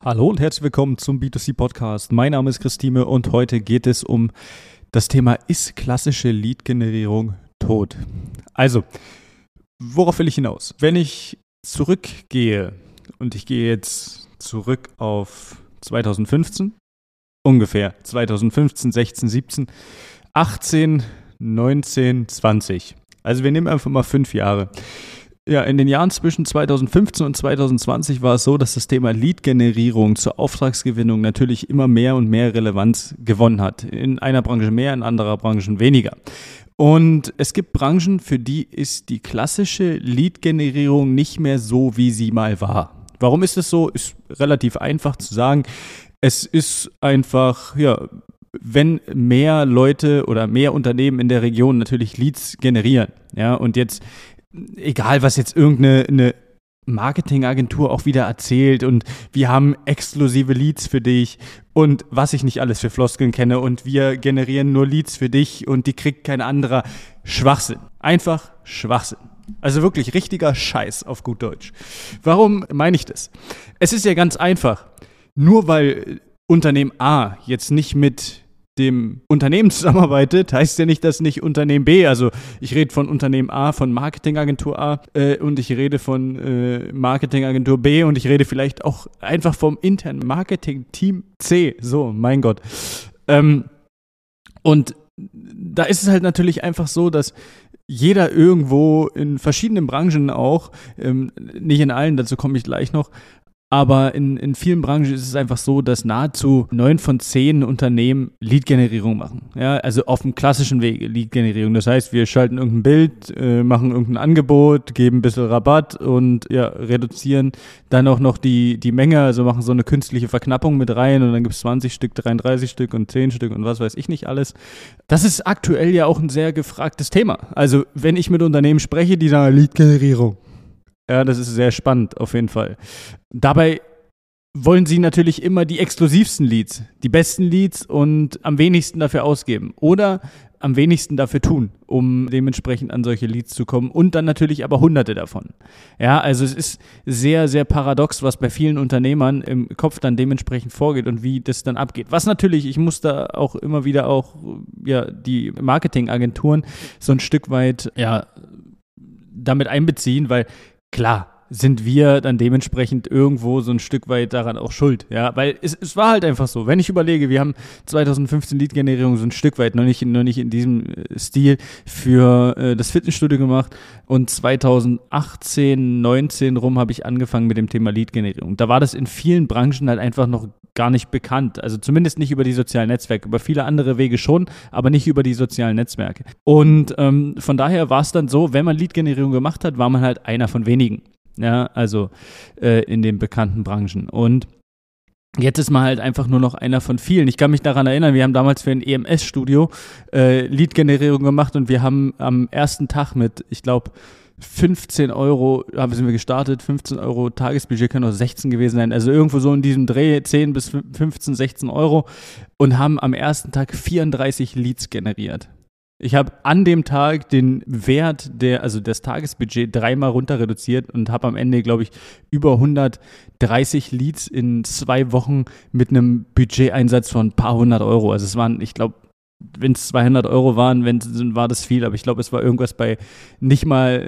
Hallo und herzlich willkommen zum B2C-Podcast. Mein Name ist Christine und heute geht es um das Thema: Ist klassische Lead-Generierung tot? Also, worauf will ich hinaus? Wenn ich zurückgehe und ich gehe jetzt zurück auf 2015, ungefähr 2015, 16, 17, 18, 19, 20. Also wir nehmen einfach mal 5 Jahre. Ja, in den Jahren zwischen 2015 und 2020 war es so, dass das Thema Lead-Generierung zur Auftragsgewinnung natürlich immer mehr und mehr Relevanz gewonnen hat. In einer Branche mehr, in anderer Branche weniger. Und es gibt Branchen, für die ist die klassische Lead-Generierung nicht mehr so, wie sie mal war. Warum ist es so? Ist relativ einfach zu sagen. Es ist einfach, wenn mehr Leute oder mehr Unternehmen in der Region natürlich Leads generieren, ja, und jetzt egal, was jetzt irgendeine Marketingagentur auch wieder erzählt und wir haben exklusive Leads für dich und was ich nicht alles für Floskeln kenne und wir generieren nur Leads für dich und die kriegt kein anderer. Schwachsinn. Einfach Schwachsinn. Also wirklich richtiger Scheiß auf gut Deutsch. Warum meine ich das? Es ist ja ganz einfach. Nur weil Unternehmen A jetzt nicht mit dem Unternehmen zusammenarbeitet, heißt ja nicht, dass nicht Unternehmen B, also ich rede von Unternehmen A, von Marketingagentur A und ich rede von Marketingagentur B und ich rede vielleicht auch einfach vom internen Marketing-Team C, so, mein Gott. Und da ist es halt natürlich einfach so, dass jeder irgendwo in verschiedenen Branchen auch, nicht in allen, dazu komme ich gleich noch, aber in vielen Branchen ist es einfach so, dass nahezu 9 von 10 Unternehmen Lead-Generierung machen. Ja, also auf dem klassischen Weg Lead-Generierung. Das heißt, wir schalten irgendein Bild, machen irgendein Angebot, geben ein bisschen Rabatt und reduzieren dann auch noch die Menge, also machen so eine künstliche Verknappung mit rein und dann gibt es 20 Stück, 33 Stück und 10 Stück und was weiß ich nicht alles. Das ist aktuell ja auch ein sehr gefragtes Thema. Also wenn ich mit Unternehmen spreche, die sagen Lead-Generierung. Ja, das ist sehr spannend, auf jeden Fall. Dabei wollen sie natürlich immer die exklusivsten Leads, die besten Leads und am wenigsten dafür ausgeben oder am wenigsten dafür tun, um dementsprechend an solche Leads zu kommen und dann natürlich aber Hunderte davon. Ja, also es ist sehr, sehr paradox, was bei vielen Unternehmern im Kopf dann dementsprechend vorgeht und wie das dann abgeht. Was natürlich, ich muss da auch immer wieder die Marketingagenturen so ein Stück weit, damit einbeziehen, weil klar, sind wir dann dementsprechend irgendwo so ein Stück weit daran auch schuld. Ja, weil es war halt einfach so. Wenn ich überlege, wir haben 2015 Lead-Generierung so ein Stück weit, noch nicht in diesem Stil für das Fitnessstudio gemacht und 2018, 19 rum habe ich angefangen mit dem Thema Lead-Generierung. Da war das in vielen Branchen halt einfach noch gar nicht bekannt. Also zumindest nicht über die sozialen Netzwerke. Über viele andere Wege schon, aber nicht über die sozialen Netzwerke. Und von daher war es dann so, wenn man Lead-Generierung gemacht hat, war man halt einer von wenigen. Ja, also in den bekannten Branchen. Und jetzt ist man halt einfach nur noch einer von vielen. Ich kann mich daran erinnern, wir haben damals für ein EMS-Studio Lead-Generierung gemacht und wir haben am ersten Tag mit, ich glaube, 15 Euro, sind wir gestartet, 15 Euro Tagesbudget, können auch 16 gewesen sein, also irgendwo so in diesem Dreh, 10 bis 15, 16 Euro und haben am ersten Tag 34 Leads generiert. Ich habe an dem Tag den Wert des Tagesbudget 3-mal runter reduziert und habe am Ende, glaube ich, über 130 Leads in 2 Wochen mit einem Budgeteinsatz von ein paar hundert Euro. Also es waren, ich glaube, wenn es 200 Euro waren, war das viel, aber ich glaube, es war irgendwas bei nicht mal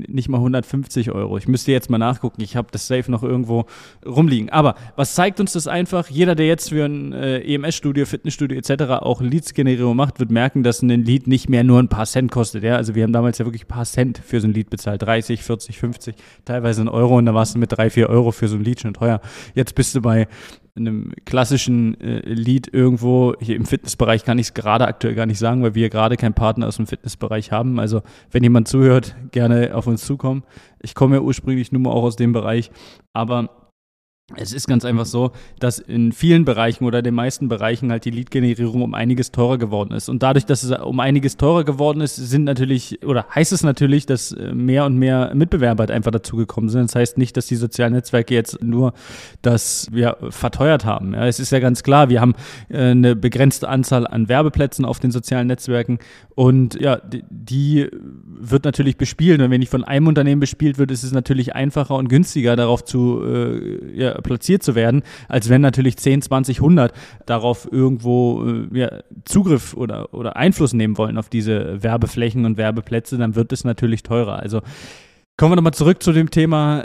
150 Euro. Ich müsste jetzt mal nachgucken, ich habe das safe noch irgendwo rumliegen. Aber was zeigt uns das einfach? Jeder, der jetzt für ein EMS-Studio, Fitnessstudio etc. auch Leads-Generierung macht, wird merken, dass ein Lead nicht mehr nur ein paar Cent kostet. Ja? Also wir haben damals ja wirklich ein paar Cent für so ein Lead bezahlt, 30, 40, 50, teilweise einen Euro und da warst du mit 3, 4 Euro für so ein Lead schon teuer. Jetzt bist du bei einem klassischen Lead irgendwo, hier im Fitnessbereich kann ich es gerade aktuell gar nicht sagen, weil wir gerade keinen Partner aus dem Fitnessbereich haben. Also wenn jemand zuhört, gerne auf uns zukommen. Ich komme ja ursprünglich nur mal auch aus dem Bereich, aber es ist ganz einfach so, dass in vielen Bereichen oder den meisten Bereichen halt die Lead-Generierung um einiges teurer geworden ist. Und dadurch, dass es um einiges teurer geworden ist, heißt es natürlich, dass mehr und mehr Mitbewerber halt einfach dazugekommen sind. Das heißt nicht, dass die sozialen Netzwerke jetzt nur das verteuert haben. Ja, es ist ja ganz klar, wir haben eine begrenzte Anzahl an Werbeplätzen auf den sozialen Netzwerken und die wird natürlich bespielt. Und wenn die von einem Unternehmen bespielt wird, ist es natürlich einfacher und günstiger, darauf zu günstiger platziert zu werden, als wenn natürlich 10, 20, 100 darauf irgendwo Zugriff oder Einfluss nehmen wollen auf diese Werbeflächen und Werbeplätze, dann wird es natürlich teurer. Also kommen wir nochmal zurück zu dem Thema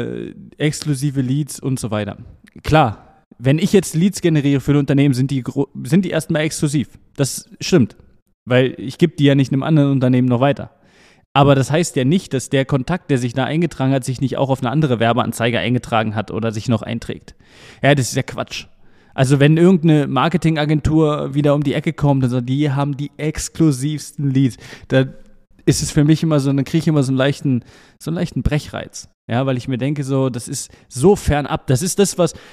exklusive Leads und so weiter. Klar, wenn ich jetzt Leads generiere für ein Unternehmen, sind die erstmal exklusiv. Das stimmt, weil ich gebe die ja nicht einem anderen Unternehmen noch weiter. Aber das heißt ja nicht, dass der Kontakt, der sich da eingetragen hat, sich nicht auch auf eine andere Werbeanzeige eingetragen hat oder sich noch einträgt. Ja, das ist ja Quatsch. Also wenn irgendeine Marketingagentur wieder um die Ecke kommt und sagt, die haben die exklusivsten Leads, da ist es für mich immer so, dann kriege ich immer so einen leichten Brechreiz. Ja, weil ich mir denke, so, das ist so fernab. Das ist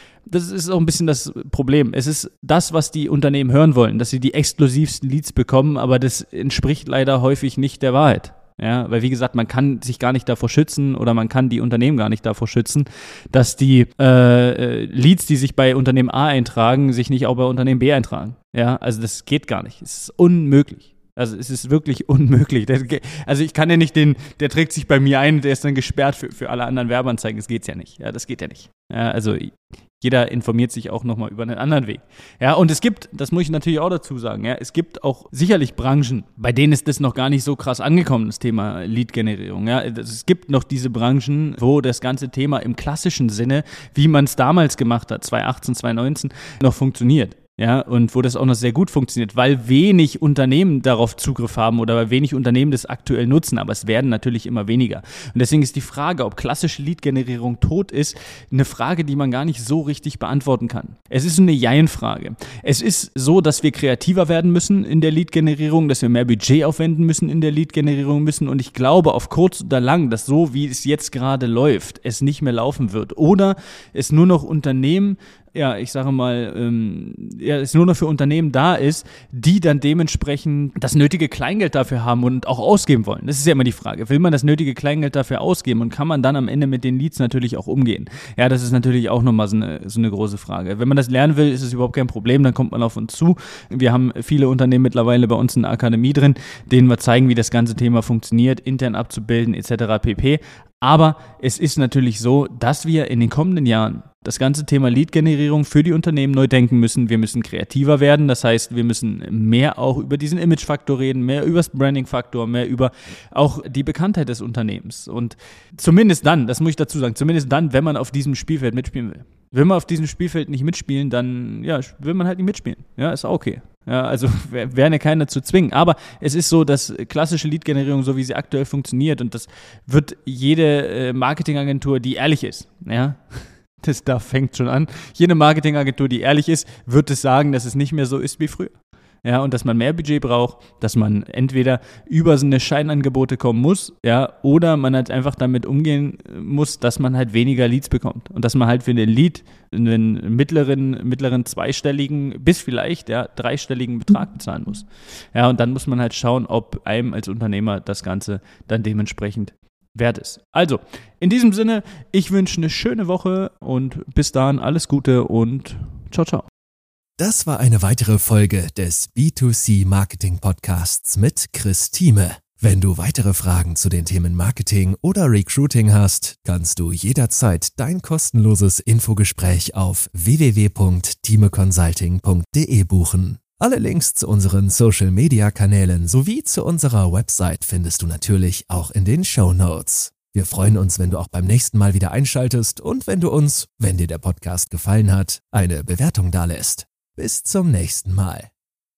auch ein bisschen das Problem. Es ist das, was die Unternehmen hören wollen, dass sie die exklusivsten Leads bekommen, aber das entspricht leider häufig nicht der Wahrheit. Ja, weil wie gesagt, man kann sich gar nicht davor schützen oder man kann die Unternehmen gar nicht davor schützen, dass die Leads, die sich bei Unternehmen A eintragen, sich nicht auch bei Unternehmen B eintragen. Ja, also das geht gar nicht. Es ist unmöglich. Also es ist wirklich unmöglich. Also ich kann ja nicht der trägt sich bei mir ein, der ist dann gesperrt für alle anderen Werbeanzeigen. Das geht's ja nicht. Ja, das geht ja nicht. Ja, also jeder informiert sich auch nochmal über einen anderen Weg. Ja, und es gibt, das muss ich natürlich auch dazu sagen, ja, es gibt auch sicherlich Branchen, bei denen ist das noch gar nicht so krass angekommen, das Thema Lead-Generierung. Ja, es gibt noch diese Branchen, wo das ganze Thema im klassischen Sinne, wie man es damals gemacht hat, 2018, 2019, noch funktioniert. Ja, und wo das auch noch sehr gut funktioniert, weil wenig Unternehmen darauf Zugriff haben oder weil wenig Unternehmen das aktuell nutzen, aber es werden natürlich immer weniger. Und deswegen ist die Frage, ob klassische Lead-Generierung tot ist, eine Frage, die man gar nicht so richtig beantworten kann. Es ist eine Jein-Frage. Es ist so, dass wir kreativer werden müssen in der Lead-Generierung, dass wir mehr Budget aufwenden müssen in der Lead-Generierung müssen und ich glaube auf kurz oder lang, dass so wie es jetzt gerade läuft, es nicht mehr laufen wird oder es nur noch Unternehmen es nur noch für Unternehmen da ist, die dann dementsprechend das nötige Kleingeld dafür haben und auch ausgeben wollen. Das ist ja immer die Frage. Will man das nötige Kleingeld dafür ausgeben und kann man dann am Ende mit den Leads natürlich auch umgehen? Ja, das ist natürlich auch nochmal so eine große Frage. Wenn man das lernen will, ist es überhaupt kein Problem, dann kommt man auf uns zu. Wir haben viele Unternehmen mittlerweile bei uns in der Akademie drin, denen wir zeigen, wie das ganze Thema funktioniert, intern abzubilden etc. pp. Aber es ist natürlich so, dass wir in den kommenden Jahren das ganze Thema Lead-Generierung für die Unternehmen neu denken müssen. Wir müssen kreativer werden, das heißt, wir müssen mehr auch über diesen Image-Faktor reden, mehr über das Branding-Faktor, mehr über auch die Bekanntheit des Unternehmens. Und zumindest dann, das muss ich dazu sagen, zumindest dann, wenn man auf diesem Spielfeld mitspielen will. Will man auf diesem Spielfeld nicht mitspielen, dann will man halt nicht mitspielen. Ja, ist auch okay. Ja, also werden ja keiner dazu zwingen. Aber es ist so, dass klassische Lead-Generierung, so wie sie aktuell funktioniert, und das wird jede Marketingagentur, die ehrlich ist, ja, da fängt schon an. Jede Marketingagentur, die ehrlich ist, wird es sagen, dass es nicht mehr so ist wie früher. Ja, und dass man mehr Budget braucht, dass man entweder über so eine Scheinangebote kommen muss, ja, oder man halt einfach damit umgehen muss, dass man halt weniger Leads bekommt. Und dass man halt für den Lead einen mittleren zweistelligen bis vielleicht, dreistelligen Betrag bezahlen muss. Ja, und dann muss man halt schauen, ob einem als Unternehmer das Ganze dann dementsprechend wert ist. Also, in diesem Sinne, ich wünsche eine schöne Woche und bis dahin alles Gute und ciao, ciao. Das war eine weitere Folge des B2C Marketing Podcasts mit Chris Thieme. Wenn du weitere Fragen zu den Themen Marketing oder Recruiting hast, kannst du jederzeit dein kostenloses Infogespräch auf www.thiemeconsulting.de buchen. Alle Links zu unseren Social-Media-Kanälen sowie zu unserer Website findest du natürlich auch in den Shownotes. Wir freuen uns, wenn du auch beim nächsten Mal wieder einschaltest und wenn du uns, wenn dir der Podcast gefallen hat, eine Bewertung dalässt. Bis zum nächsten Mal.